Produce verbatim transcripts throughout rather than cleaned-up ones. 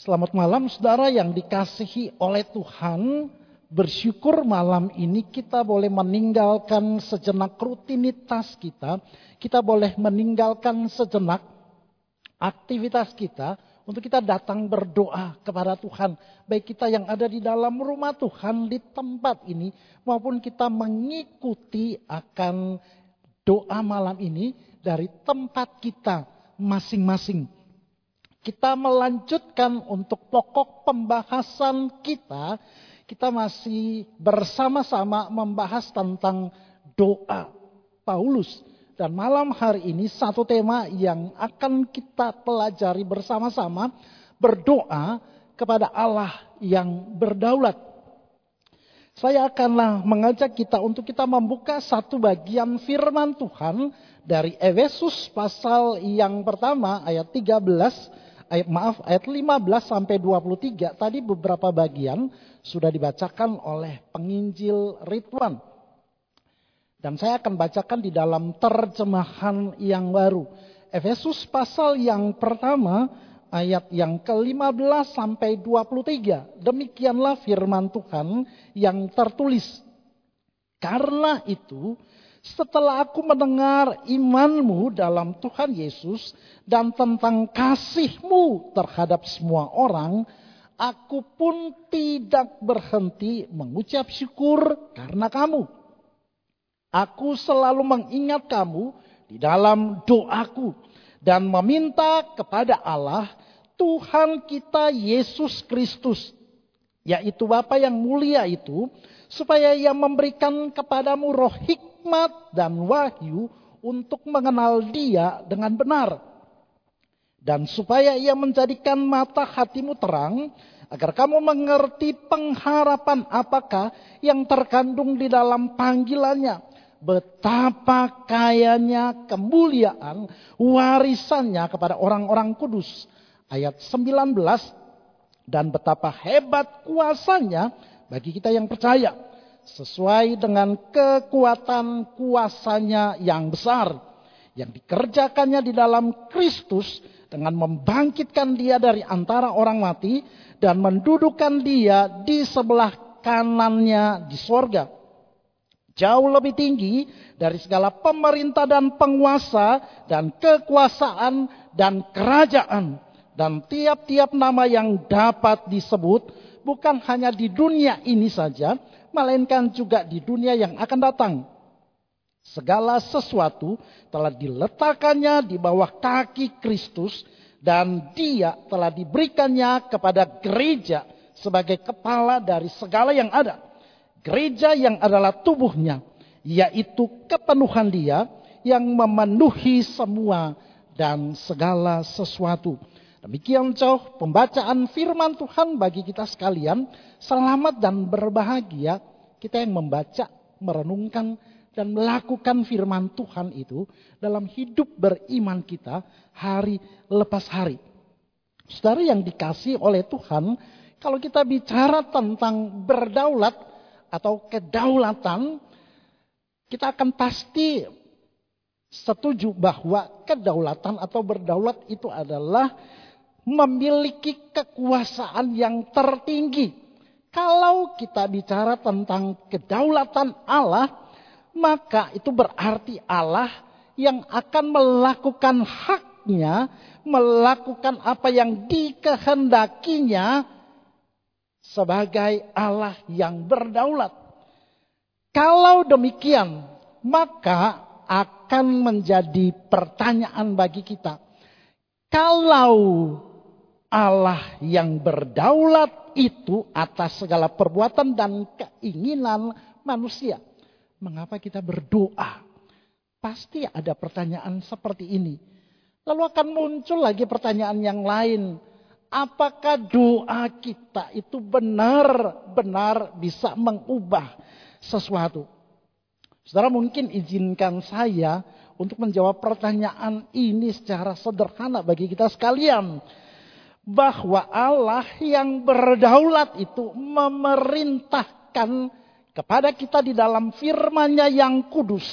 Selamat malam saudara yang dikasihi oleh Tuhan. Bersyukur malam ini kita boleh meninggalkan sejenak rutinitas kita. Kita boleh meninggalkan sejenak aktivitas kita untuk kita datang berdoa kepada Tuhan. Baik kita yang ada di dalam rumah Tuhan di tempat ini maupun kita mengikuti akan doa malam ini dari tempat kita masing-masing. Kita melanjutkan untuk pokok pembahasan kita. Kita masih bersama-sama membahas tentang doa Paulus. Dan malam hari ini satu tema yang akan kita pelajari bersama-sama. Berdoa kepada Allah yang berdaulat. Saya akanlah mengajak kita untuk kita membuka satu bagian firman Tuhan. Dari Efesus pasal yang pertama ayat tiga belas. Ayat, maaf, ayat lima belas sampai dua puluh tiga. Tadi beberapa bagian sudah dibacakan oleh penginjil Ridwan. Dan saya akan bacakan di dalam terjemahan yang baru. Efesus pasal yang pertama ayat yang ke lima belas sampai dua puluh tiga. Demikianlah firman Tuhan yang tertulis. Karena itu, setelah aku mendengar imanmu dalam Tuhan Yesus dan tentang kasihmu terhadap semua orang, aku pun tidak berhenti mengucap syukur karena kamu. Aku selalu mengingat kamu di dalam doaku dan meminta kepada Allah Tuhan kita Yesus Kristus, yaitu Bapa yang mulia itu, supaya Ia memberikan kepadamu roh hikmat dan wahyu untuk mengenal Dia dengan benar. Dan supaya Ia menjadikan mata hatimu terang, agar kamu mengerti pengharapan apakah yang terkandung di dalam panggilannya. Betapa kayanya kemuliaan warisannya kepada orang-orang kudus. Ayat sembilan belas. Dan betapa hebat kuasanya bagi kita yang percaya. Sesuai dengan kekuatan kuasanya yang besar. Yang dikerjakannya di dalam Kristus. Dengan membangkitkan dia dari antara orang mati. Dan mendudukkan dia di sebelah kanannya di sorga. Jauh lebih tinggi dari segala pemerintah dan penguasa. Dan kekuasaan dan kerajaan. Dan tiap-tiap nama yang dapat disebut. Bukan hanya di dunia ini saja. Melainkan juga di dunia yang akan datang. Segala sesuatu telah diletakkannya di bawah kaki Kristus. Dan dia telah diberikannya kepada gereja sebagai kepala dari segala yang ada. Gereja yang adalah tubuhnya. Yaitu kepenuhan dia yang memenuhi semua dan segala sesuatu. Demikian jauh pembacaan firman Tuhan bagi kita sekalian. Selamat dan berbahagia kita yang membaca, merenungkan dan melakukan firman Tuhan itu dalam hidup beriman kita hari lepas hari. Saudara yang dikasihi oleh Tuhan, kalau kita bicara tentang berdaulat atau kedaulatan, kita akan pasti setuju bahwa kedaulatan atau berdaulat itu adalah memiliki kekuasaan yang tertinggi. Kalau kita bicara tentang kedaulatan Allah, maka itu berarti Allah yang akan melakukan haknya, melakukan apa yang dikehendakinya sebagai Allah yang berdaulat. Kalau demikian, maka akan menjadi pertanyaan bagi kita. Kalau Allah yang berdaulat itu atas segala perbuatan dan keinginan manusia, mengapa kita berdoa? Pasti ada pertanyaan seperti ini. Lalu akan muncul lagi pertanyaan yang lain. Apakah doa kita itu benar-benar bisa mengubah sesuatu? Saudara, mungkin izinkan saya untuk menjawab pertanyaan ini secara sederhana bagi kita sekalian. Bahwa Allah yang berdaulat itu memerintahkan kepada kita di dalam firman-Nya yang kudus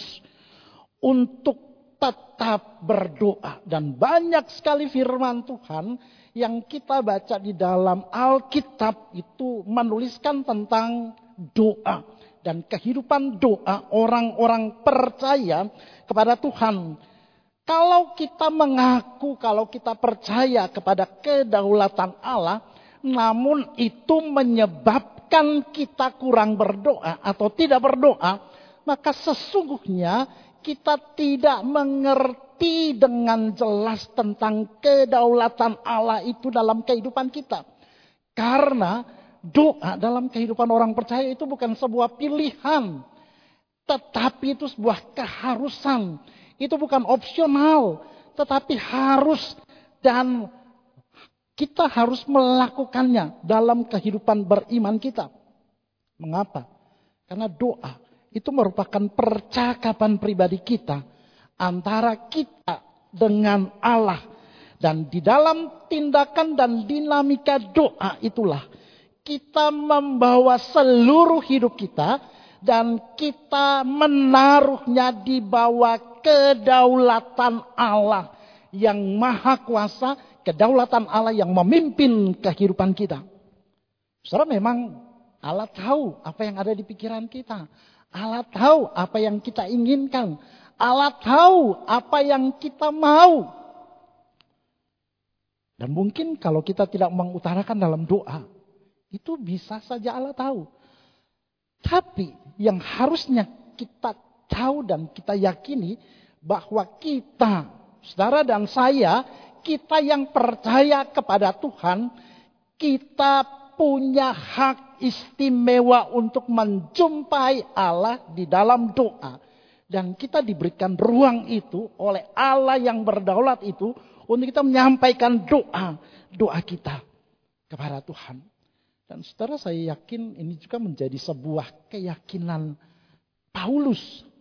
untuk tetap berdoa. Dan banyak sekali firman Tuhan yang kita baca di dalam Alkitab itu menuliskan tentang doa dan kehidupan doa orang-orang percaya kepada Tuhan. Kalau kita mengaku, kalau kita percaya kepada kedaulatan Allah, namun itu menyebabkan kita kurang berdoa atau tidak berdoa, maka sesungguhnya kita tidak mengerti dengan jelas tentang kedaulatan Allah itu dalam kehidupan kita. Karena doa dalam kehidupan orang percaya itu bukan sebuah pilihan, tetapi itu sebuah keharusan. Itu bukan opsional, tetapi harus, dan kita harus melakukannya dalam kehidupan beriman kita. Mengapa? Karena doa itu merupakan percakapan pribadi kita antara kita dengan Allah. Dan di dalam tindakan dan dinamika doa itulah kita membawa seluruh hidup kita dan kita menaruhnya di bawah kedaulatan Allah yang maha kuasa, kedaulatan Allah yang memimpin kehidupan kita. Saudara, memang Allah tahu apa yang ada di pikiran kita. Allah tahu apa yang kita inginkan. Allah tahu apa yang kita mau. Dan mungkin kalau kita tidak mengutarakan dalam doa, itu bisa saja Allah tahu. Tapi yang harusnya kita tahu dan kita yakini bahwa kita, saudara dan saya, kita yang percaya kepada Tuhan, kita punya hak istimewa untuk menjumpai Allah di dalam doa. Dan kita diberikan ruang itu oleh Allah yang berdaulat itu untuk kita menyampaikan doa, doa kita kepada Tuhan. Dan saudara, saya yakin ini juga menjadi sebuah keyakinan Paulus.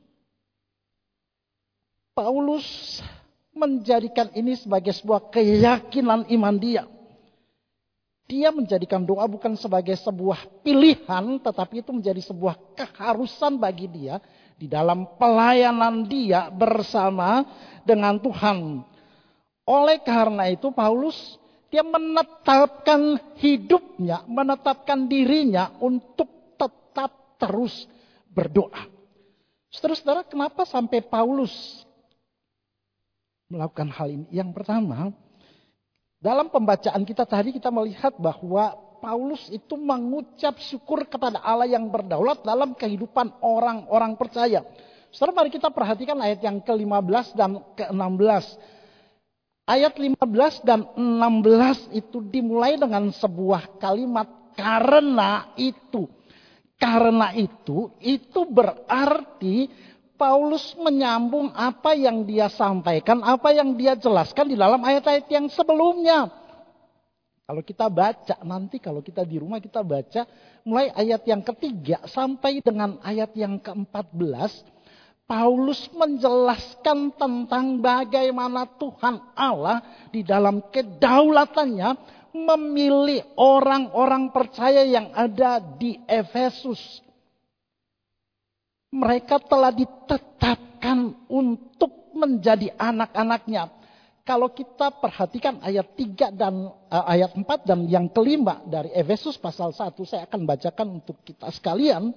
Paulus menjadikan ini sebagai sebuah keyakinan iman dia. Dia menjadikan doa bukan sebagai sebuah pilihan, tetapi itu menjadi sebuah keharusan bagi dia di dalam pelayanan dia bersama dengan Tuhan. Oleh karena itu Paulus, dia menetapkan hidupnya, menetapkan dirinya untuk tetap terus berdoa. Saudara-saudara, kenapa sampai Paulus melakukan hal ini? Yang pertama, dalam pembacaan kita tadi kita melihat bahwa Paulus itu mengucap syukur kepada Allah yang berdaulat dalam kehidupan orang-orang percaya. Saudara, mari kita perhatikan ayat yang ke lima belas dan ke enam belas. Ayat lima belas dan enam belas itu dimulai dengan sebuah kalimat karena itu. Karena itu, itu berarti Paulus menyambung apa yang dia sampaikan, apa yang dia jelaskan di dalam ayat-ayat yang sebelumnya. Kalau kita baca, nanti kalau kita di rumah kita baca mulai ayat yang ketiga sampai dengan ayat yang keempat belas. Paulus menjelaskan tentang bagaimana Tuhan Allah di dalam kedaulatannya memilih orang-orang percaya yang ada di Efesus. Mereka telah ditetapkan untuk menjadi anak-anaknya. Kalau kita perhatikan ayat tiga dan uh, ayat empat dan yang kelima dari Efesus pasal satu, saya akan bacakan untuk kita sekalian.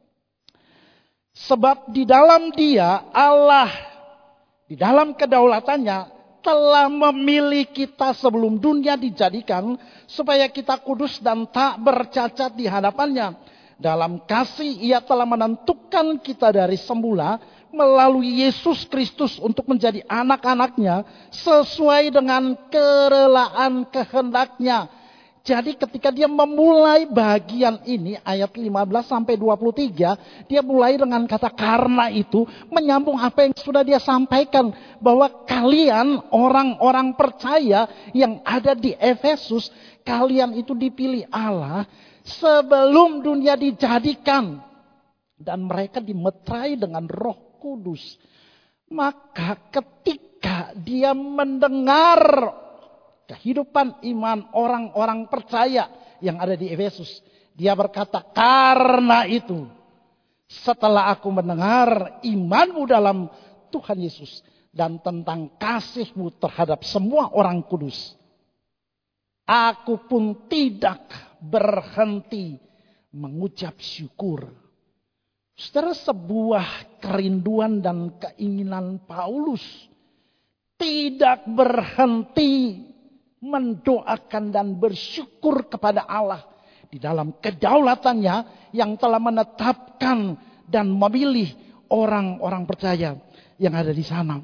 Sebab di dalam Dia, Allah, di dalam kedaulatannya telah memilih kita sebelum dunia dijadikan, supaya kita kudus dan tak bercacat di hadapannya. Dalam kasih Ia telah menentukan kita dari semula melalui Yesus Kristus untuk menjadi anak-anaknya sesuai dengan kerelaan kehendaknya. Jadi ketika dia memulai bagian ini ayat lima belas sampai dua puluh tiga, dia mulai dengan kata karena itu, menyambung apa yang sudah dia sampaikan, bahwa kalian orang-orang percaya yang ada di Efesus, kalian itu dipilih Allah sebelum dunia dijadikan, dan mereka dimeterai dengan Roh Kudus. Maka ketika dia mendengar kehidupan iman orang-orang percaya yang ada di Efesus, dia berkata, karena itu setelah aku mendengar imanmu dalam Tuhan Yesus dan tentang kasihmu terhadap semua orang kudus, aku pun tidak berhenti mengucap syukur. Saudara, sebuah kerinduan dan keinginan Paulus tidak berhenti mendoakan dan bersyukur kepada Allah di dalam kedaulatannya yang telah menetapkan dan memilih orang-orang percaya yang ada di sana.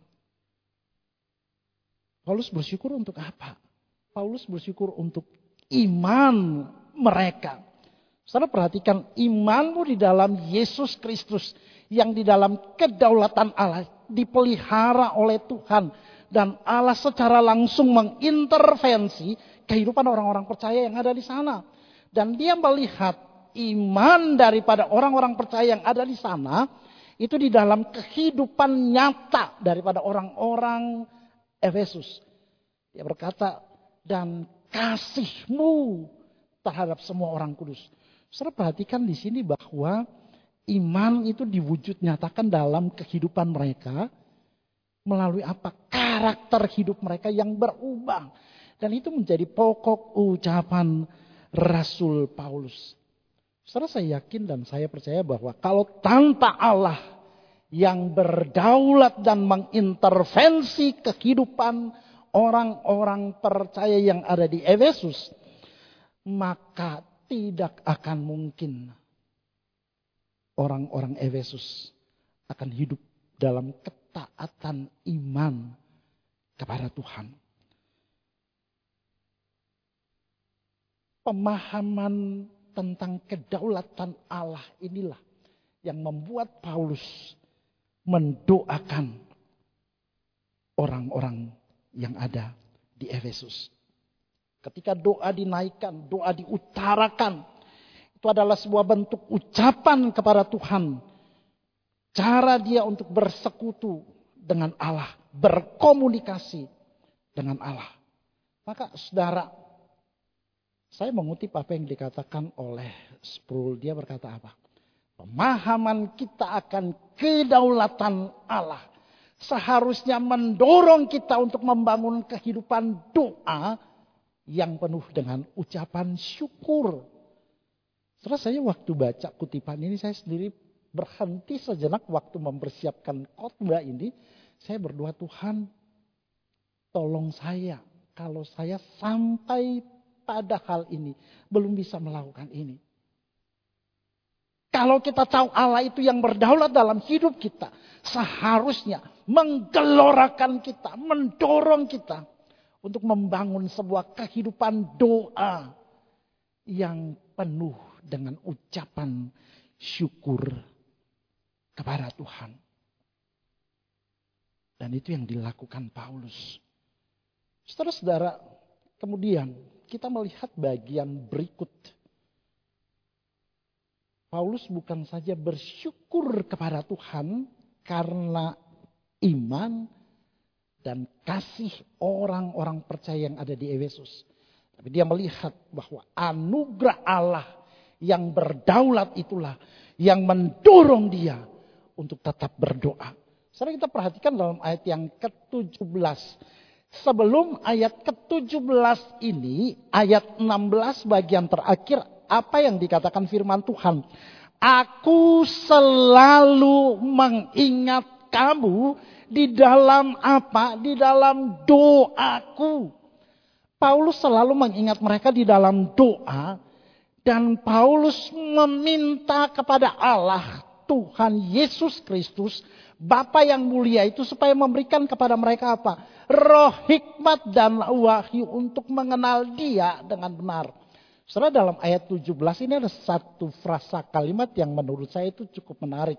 Paulus bersyukur untuk apa? Paulus bersyukur untuk iman mereka. Saudara perhatikan, imanmu di dalam Yesus Kristus yang di dalam kedaulatan Allah dipelihara oleh Tuhan. Dan Allah secara langsung mengintervensi kehidupan orang-orang percaya yang ada di sana. Dan dia melihat iman daripada orang-orang percaya yang ada di sana itu di dalam kehidupan nyata daripada orang-orang Efesus. Dia berkata, dan kasihmu terhadap semua orang kudus. Saudara perhatikan di sini bahwa iman itu diwujud nyatakan dalam kehidupan mereka melalui apa? Karakter hidup mereka yang berubah. Dan itu menjadi pokok ucapan Rasul Paulus. Saudara, saya yakin dan saya percaya bahwa kalau tanpa Allah yang berdaulat dan mengintervensi kehidupan orang-orang percaya yang ada di Efesus, maka tidak akan mungkin orang-orang Efesus akan hidup dalam ketaatan iman kepada Tuhan. Pemahaman tentang kedaulatan Allah inilah yang membuat Paulus mendoakan orang-orang yang ada di Efesus. Ketika doa dinaikkan, doa diutarakan, itu adalah sebuah bentuk ucapan kepada Tuhan. Cara dia untuk bersekutu dengan Allah, berkomunikasi dengan Allah. Maka saudara, saya mengutip apa yang dikatakan oleh Sproul. Dia berkata apa? Pemahaman kita akan kedaulatan Allah seharusnya mendorong kita untuk membangun kehidupan doa yang penuh dengan ucapan syukur. Setelah saya waktu baca kutipan ini, saya sendiri berhenti sejenak waktu mempersiapkan khotbah ini. Saya berdoa, Tuhan, tolong saya kalau saya sampai pada hal ini belum bisa melakukan ini. Kalau kita tahu Allah itu yang berdaulat dalam hidup kita, seharusnya menggelorakan kita, mendorong kita untuk membangun sebuah kehidupan doa yang penuh dengan ucapan syukur kepada Tuhan. Dan itu yang dilakukan Paulus. Saudara-saudara, kemudian kita melihat bagian berikut. Paulus bukan saja bersyukur kepada Tuhan karena iman dan kasih orang-orang percaya yang ada di Efesus. Tapi dia melihat bahwa anugerah Allah yang berdaulat itulah yang mendorong dia untuk tetap berdoa. Sekarang kita perhatikan dalam ayat yang ketujuh belas. Sebelum ayat ketujuh belas ini, ayat enam belas bagian terakhir, apa yang dikatakan firman Tuhan? Aku selalu mengingat kamu di dalam apa? Di dalam doaku. Paulus selalu mengingat mereka di dalam doa. Dan Paulus meminta kepada Allah, Tuhan Yesus Kristus, Bapa yang mulia itu, supaya memberikan kepada mereka apa? Roh hikmat dan wahyu untuk mengenal Dia dengan benar. Saudara, dalam ayat tujuh belas ini ada satu frasa kalimat yang menurut saya itu cukup menarik.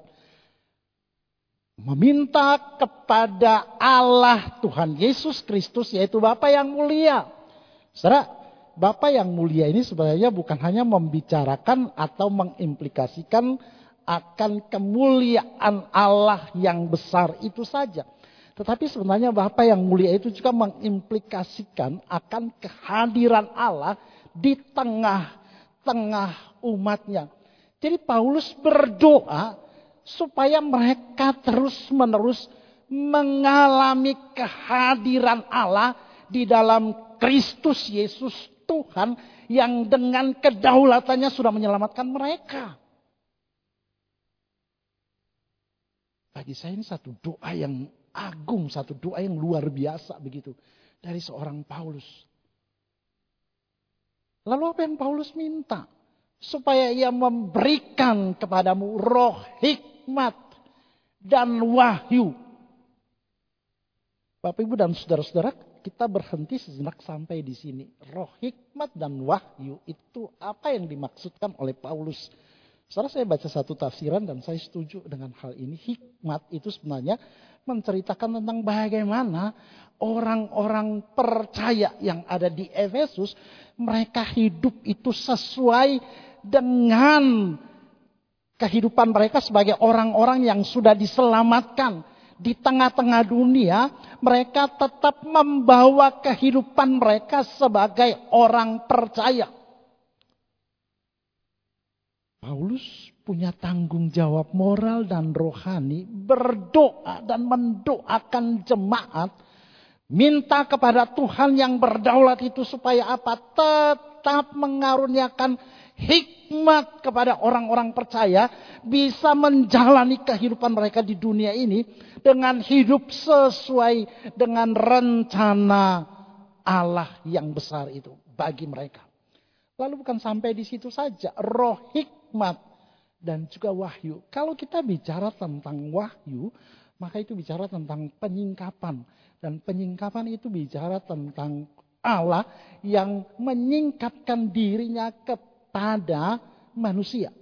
Meminta kepada Allah Tuhan Yesus Kristus, yaitu Bapa yang mulia. Saudara, Bapa yang mulia ini sebenarnya bukan hanya membicarakan atau mengimplikasikan akan kemuliaan Allah yang besar itu saja. Tetapi sebenarnya Bapa yang mulia itu juga mengimplikasikan akan kehadiran Allah di tengah-tengah umatnya. Jadi Paulus berdoa supaya mereka terus-menerus mengalami kehadiran Allah di dalam Kristus Yesus Tuhan yang dengan kedaulatannya sudah menyelamatkan mereka. Bagi saya ini satu doa yang agung, satu doa yang luar biasa begitu dari seorang Paulus. Lalu apa yang Paulus minta? Supaya ia memberikan kepadamu roh hikmat dan wahyu. Bapak, Ibu, dan saudara-saudara, kita berhenti sejenak sampai di sini. Roh hikmat dan wahyu itu apa yang dimaksudkan oleh Paulus? Setelah saya baca satu tafsiran dan saya setuju dengan hal ini. Hikmat itu sebenarnya menceritakan tentang bagaimana orang-orang percaya yang ada di Efesus, mereka hidup itu sesuai dengan kehidupan mereka sebagai orang-orang yang sudah diselamatkan. Di tengah-tengah dunia, mereka tetap membawa kehidupan mereka sebagai orang percaya. Paulus punya tanggung jawab moral dan rohani, berdoa dan mendoakan jemaat, minta kepada Tuhan yang berdaulat itu supaya apa? Tetap mengaruniakan hikmat kepada orang-orang percaya, bisa menjalani kehidupan mereka di dunia ini dengan hidup sesuai dengan rencana Allah yang besar itu bagi mereka. Lalu bukan sampai di situ saja, roh hikmat dan juga wahyu. Kalau kita bicara tentang wahyu, maka itu bicara tentang penyingkapan. Dan penyingkapan itu bicara tentang Allah yang menyingkapkan dirinya kepada manusia.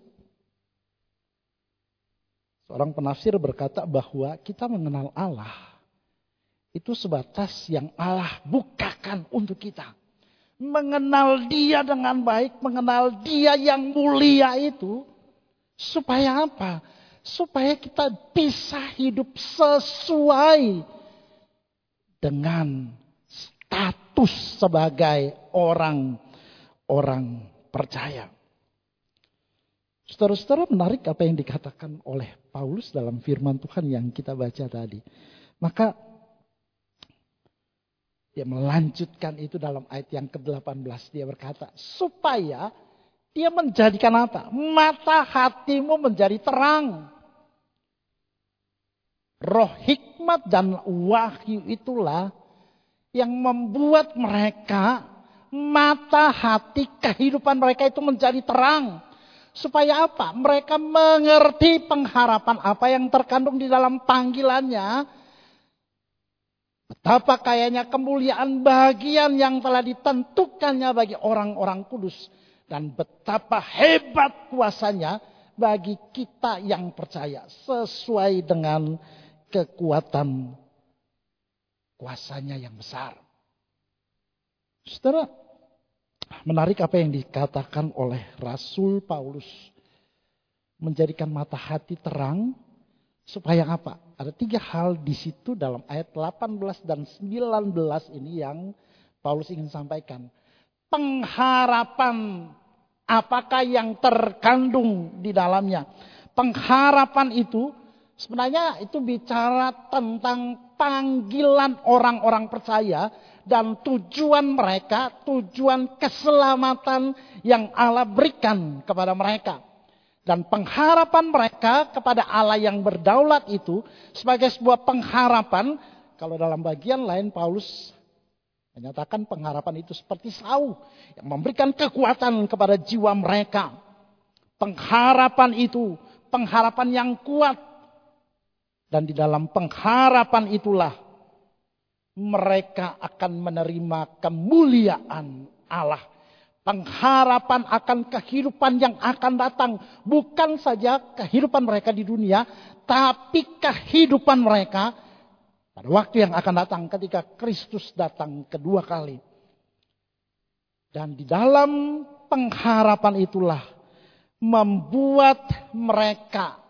Seorang penafsir berkata bahwa kita mengenal Allah itu sebatas yang Allah bukakan untuk kita. Mengenal Dia dengan baik, mengenal Dia yang mulia itu. Supaya apa? Supaya kita bisa hidup sesuai dengan status sebagai orang-orang percaya. Saudara-saudara, menarik apa yang dikatakan oleh Paulus dalam firman Tuhan yang kita baca tadi. Maka dia melanjutkan itu dalam ayat yang ke delapan belas. Dia berkata, supaya dia menjadikan apa? Mata hatimu menjadi terang. Roh hikmat dan wahyu itulah yang membuat mereka, mata hati kehidupan mereka itu menjadi terang. Supaya apa? Mereka mengerti pengharapan apa yang terkandung di dalam panggilannya. Betapa kayanya kemuliaan bagian yang telah ditentukannya bagi orang-orang kudus. Dan betapa hebat kuasanya bagi kita yang percaya. Sesuai dengan kekuatan kuasanya yang besar. Saudara, menarik apa yang dikatakan oleh Rasul Paulus. Menjadikan mata hati terang. Supaya apa? Ada tiga hal di situ dalam ayat delapan belas dan sembilan belas ini yang Paulus ingin sampaikan. Pengharapan apakah yang terkandung di dalamnya. Pengharapan itu sebenarnya itu bicara tentang panggilan orang-orang percaya dan tujuan mereka, tujuan keselamatan yang Allah berikan kepada mereka. Dan pengharapan mereka kepada Allah yang berdaulat itu sebagai sebuah pengharapan. Kalau dalam bagian lain Paulus menyatakan pengharapan itu seperti sau yang memberikan kekuatan kepada jiwa mereka. Pengharapan itu pengharapan yang kuat. Dan di dalam pengharapan itulah mereka akan menerima kemuliaan Allah. Pengharapan akan kehidupan yang akan datang. Bukan saja kehidupan mereka di dunia. Tapi kehidupan mereka pada waktu yang akan datang ketika Kristus datang kedua kali. Dan di dalam pengharapan itulah membuat mereka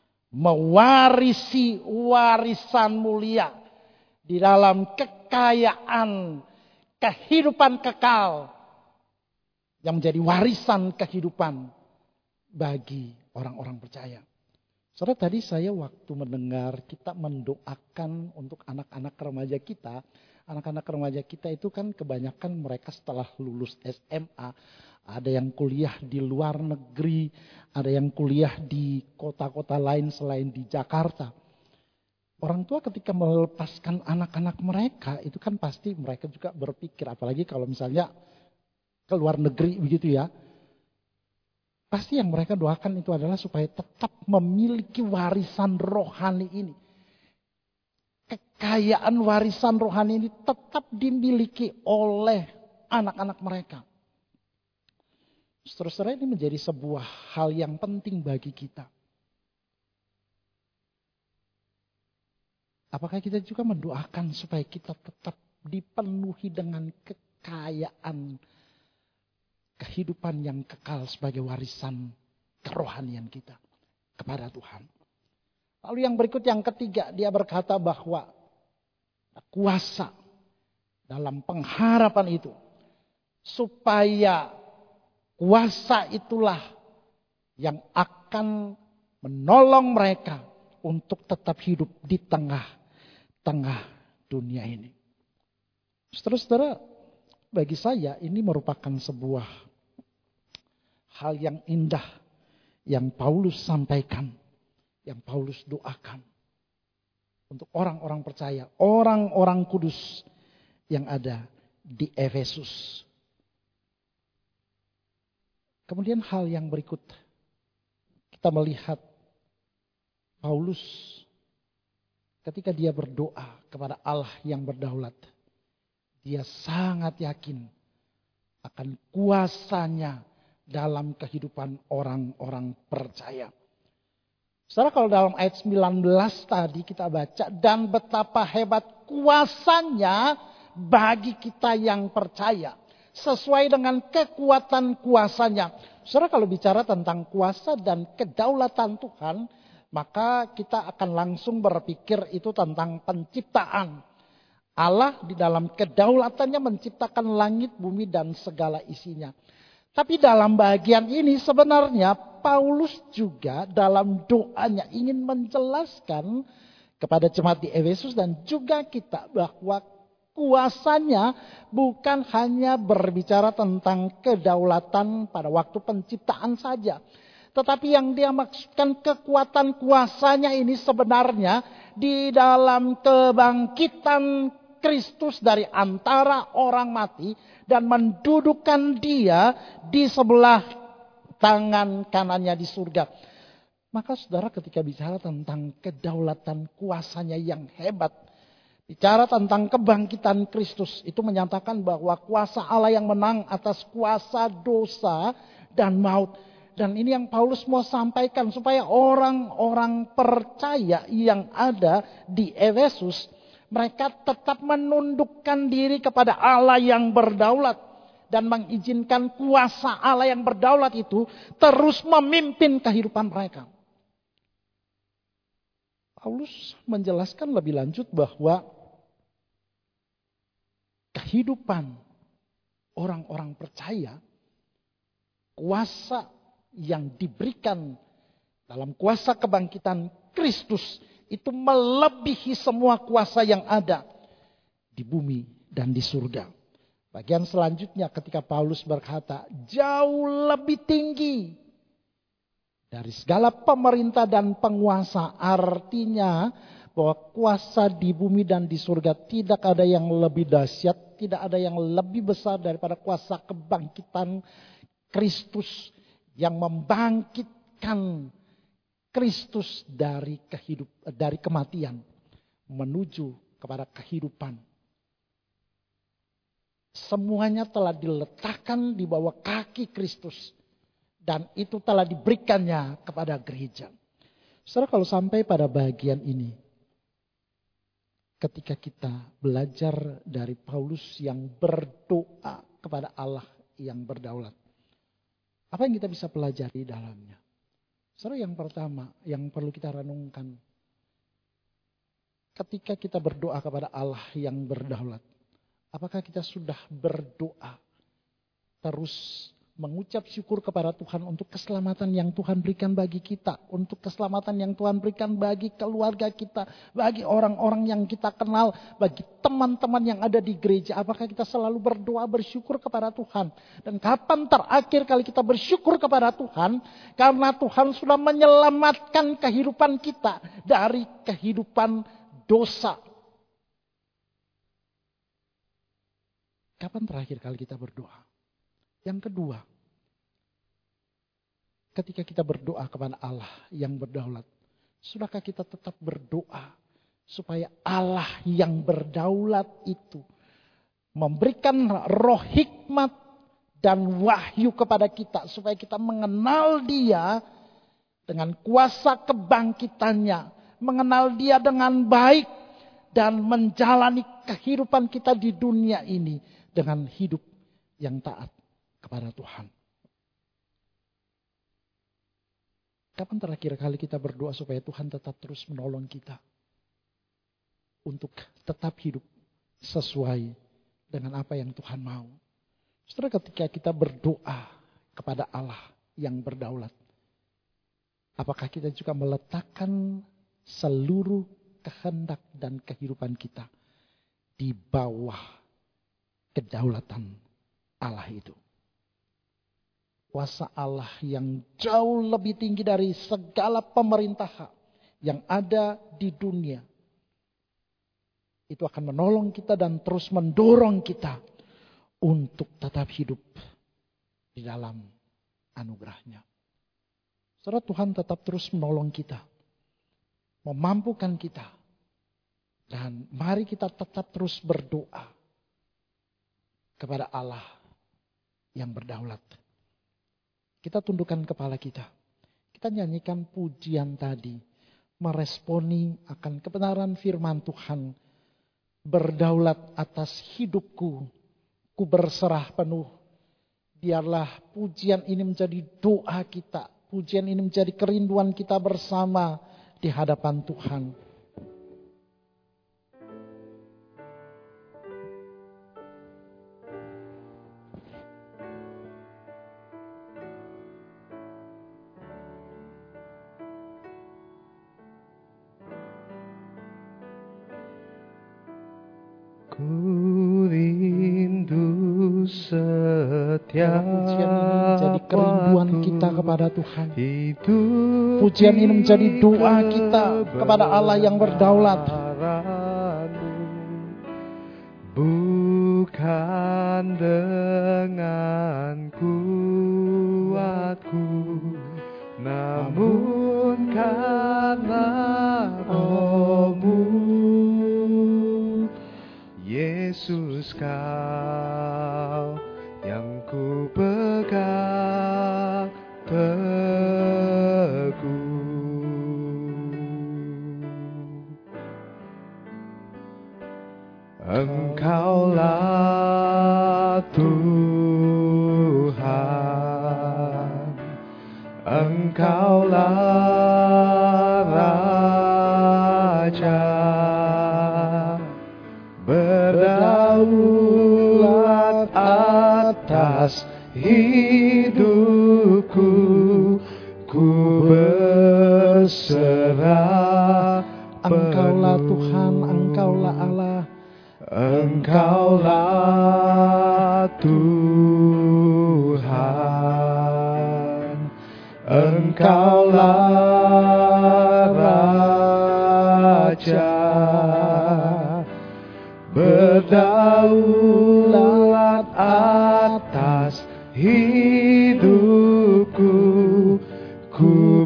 mewarisi warisan mulia. Di dalam kekayaan kehidupan kekal. Yang menjadi warisan kehidupan bagi orang-orang percaya. Saudara, tadi saya waktu mendengar kita mendoakan untuk anak-anak remaja kita Anak-anak remaja kita itu kan kebanyakan mereka setelah lulus S M A. Ada yang kuliah di luar negeri, ada yang kuliah di kota-kota lain selain di Jakarta. Orang tua ketika melepaskan anak-anak mereka, itu kan pasti mereka juga berpikir, apalagi kalau misalnya ke luar negeri begitu ya. Pasti yang mereka doakan itu adalah supaya tetap memiliki warisan rohani ini. Kekayaan warisan rohani ini tetap dimiliki oleh anak-anak mereka. Saudara-saudara, ini menjadi sebuah hal yang penting bagi kita. Apakah kita juga mendoakan supaya kita tetap dipenuhi dengan kekayaan kehidupan yang kekal sebagai warisan kerohanian kita kepada Tuhan? Lalu yang berikut, yang ketiga, dia berkata bahwa kuasa dalam pengharapan itu, supaya kuasa itulah yang akan menolong mereka untuk tetap hidup di tengah-tengah dunia ini. Saudara-saudara, bagi saya ini merupakan sebuah hal yang indah yang Paulus sampaikan, yang Paulus doakan untuk orang-orang percaya, orang-orang kudus yang ada di Efesus. Kemudian hal yang berikut, kita melihat Paulus ketika dia berdoa kepada Allah yang berdaulat, dia sangat yakin akan kuasanya dalam kehidupan orang-orang percaya. Saudara, kalau dalam ayat sembilan belas tadi kita baca, dan betapa hebat kuasanya bagi kita yang percaya, sesuai dengan kekuatan kuasanya. Saudara, kalau bicara tentang kuasa dan kedaulatan Tuhan, maka kita akan langsung berpikir itu tentang penciptaan. Allah di dalam kedaulatannya menciptakan langit, bumi, dan segala isinya. Tapi dalam bagian ini sebenarnya Paulus juga dalam doanya ingin menjelaskan kepada jemaat di Efesus dan juga kita bahwa kuasanya bukan hanya berbicara tentang kedaulatan pada waktu penciptaan saja. Tetapi yang dia maksudkan kekuatan kuasanya ini sebenarnya di dalam kebangkitan Kristus dari antara orang mati dan mendudukkan dia di sebelah tangan kanannya di surga. Maka saudara, ketika bicara tentang kedaulatan kuasanya yang hebat, bicara tentang kebangkitan Kristus, itu menyatakan bahwa kuasa Allah yang menang atas kuasa dosa dan maut. Dan ini yang Paulus mau sampaikan supaya orang-orang percaya yang ada di Efesus, mereka tetap menundukkan diri kepada Allah yang berdaulat dan mengizinkan kuasa Allah yang berdaulat itu terus memimpin kehidupan mereka. Paulus menjelaskan lebih lanjut bahwa kehidupan orang-orang percaya, kuasa yang diberikan dalam kuasa kebangkitan Kristus itu melebihi semua kuasa yang ada di bumi dan di surga. Bagian selanjutnya ketika Paulus berkata jauh lebih tinggi dari segala pemerintah dan penguasa, artinya bahwa kuasa di bumi dan di surga tidak ada yang lebih dahsyat, tidak ada yang lebih besar daripada kuasa kebangkitan Kristus yang membangkitkan Kristus dari kehidup dari kematian menuju kepada kehidupan. Semuanya telah diletakkan di bawah kaki Kristus dan itu telah diberikannya kepada gereja. Saudara, kalau sampai pada bagian ini, ketika kita belajar dari Paulus yang berdoa kepada Allah yang berdaulat, apa yang kita bisa pelajari dalamnya? Saudara, yang pertama yang perlu kita renungkan, ketika kita berdoa kepada Allah yang berdaulat, apakah kita sudah berdoa terus mengucap syukur kepada Tuhan untuk keselamatan yang Tuhan berikan bagi kita, untuk keselamatan yang Tuhan berikan bagi keluarga kita, bagi orang-orang yang kita kenal, bagi teman-teman yang ada di gereja. Apakah kita selalu berdoa bersyukur kepada Tuhan? Dan kapan terakhir kali kita bersyukur kepada Tuhan? Karena Tuhan sudah menyelamatkan kehidupan kita dari kehidupan dosa. Kapan terakhir kali kita berdoa? Yang kedua, ketika kita berdoa kepada Allah yang berdaulat, sudahkah kita tetap berdoa supaya Allah yang berdaulat itu memberikan roh hikmat dan wahyu kepada kita supaya kita mengenal Dia dengan kuasa kebangkitannya, mengenal Dia dengan baik dan menjalani kehidupan kita di dunia ini dengan hidup yang taat kepada Tuhan. Kapan terakhir kali kita berdoa supaya Tuhan tetap terus menolong kita untuk tetap hidup sesuai dengan apa yang Tuhan mau? Saudara, ketika kita berdoa kepada Allah yang berdaulat, apakah kita juga meletakkan seluruh kehendak dan kehidupan kita di bawah kedaulatan Allah itu? Kuasa Allah yang jauh lebih tinggi dari segala pemerintahan yang ada di dunia. Itu akan menolong kita dan terus mendorong kita untuk tetap hidup di dalam anugerahnya. Saudara, Tuhan tetap terus menolong kita, memampukan kita. Dan mari kita tetap terus berdoa kepada Allah yang berdaulat. Kita tundukkan kepala kita. Kita nyanyikan pujian tadi. Meresponi akan kebenaran firman Tuhan. Berdaulat atas hidupku. Ku berserah penuh. Biarlah pujian ini menjadi doa kita. Pujian ini menjadi kerinduan kita bersama di hadapan Tuhan. Ku rindu setiap pujian ini menjadi kerinduan kita kepada Tuhan. hidup Pujian ini menjadi doa kita kepada Allah yang berdaulat. Bukan dengan kuatku, namun karena Roh-Mu. Yesus, Kau yang ku pegang teguh. Engkaulah Tuhan, Engkaulah Raja, berdaulat atas hidupku, ku berserah penuh. Engkaulah Tuhan, Engkaulah Allah. Engkaulah Tuhan, Engkaulah Raja, berdaulat atas hidupku, ku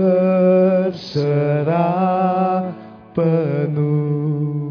berserah penuh.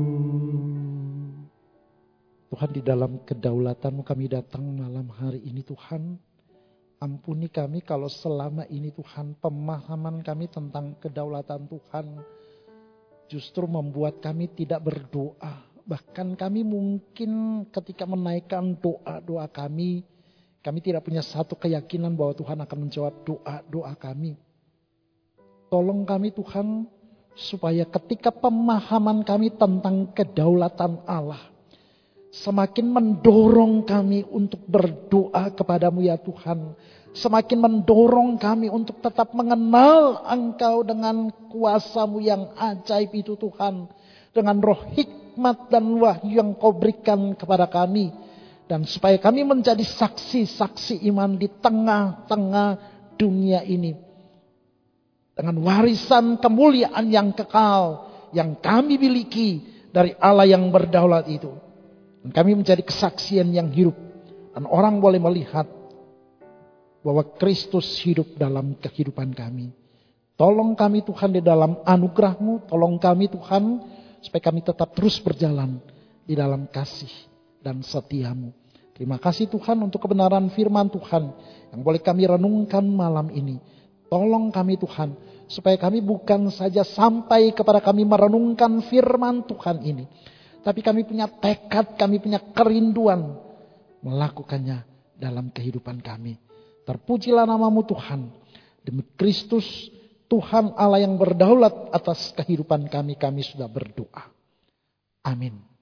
Tuhan, di dalam kedaulatan-Mu kami datang malam hari ini Tuhan. Ampuni kami kalau selama ini Tuhan pemahaman kami tentang kedaulatan Tuhan justru membuat kami tidak berdoa. Bahkan kami mungkin ketika menaikkan doa-doa kami, kami tidak punya satu keyakinan bahwa Tuhan akan menjawab doa-doa kami. Tolong kami Tuhan supaya ketika pemahaman kami tentang kedaulatan Allah semakin mendorong kami untuk berdoa kepadamu ya Tuhan. Semakin mendorong kami untuk tetap mengenal Engkau dengan kuasa-Mu yang ajaib itu Tuhan. Dengan roh hikmat dan wahyu yang Kau berikan kepada kami. Dan supaya kami menjadi saksi-saksi iman di tengah-tengah dunia ini. Dengan warisan kemuliaan yang kekal yang kami miliki dari Allah yang berdaulat itu. Dan kami menjadi kesaksian yang hidup. Dan orang boleh melihat bahwa Kristus hidup dalam kehidupan kami. Tolong kami Tuhan di dalam anugerah-Mu. Tolong kami Tuhan supaya kami tetap terus berjalan di dalam kasih dan setia-Mu. Terima kasih Tuhan untuk kebenaran firman Tuhan yang boleh kami renungkan malam ini. Tolong kami Tuhan supaya kami bukan saja sampai kepada kami merenungkan firman Tuhan ini. Tapi kami punya tekad, kami punya kerinduan melakukannya dalam kehidupan kami. Terpujilah nama-Mu Tuhan. Demi Kristus Tuhan Allah yang berdaulat atas kehidupan kami, kami sudah berdoa. Amin.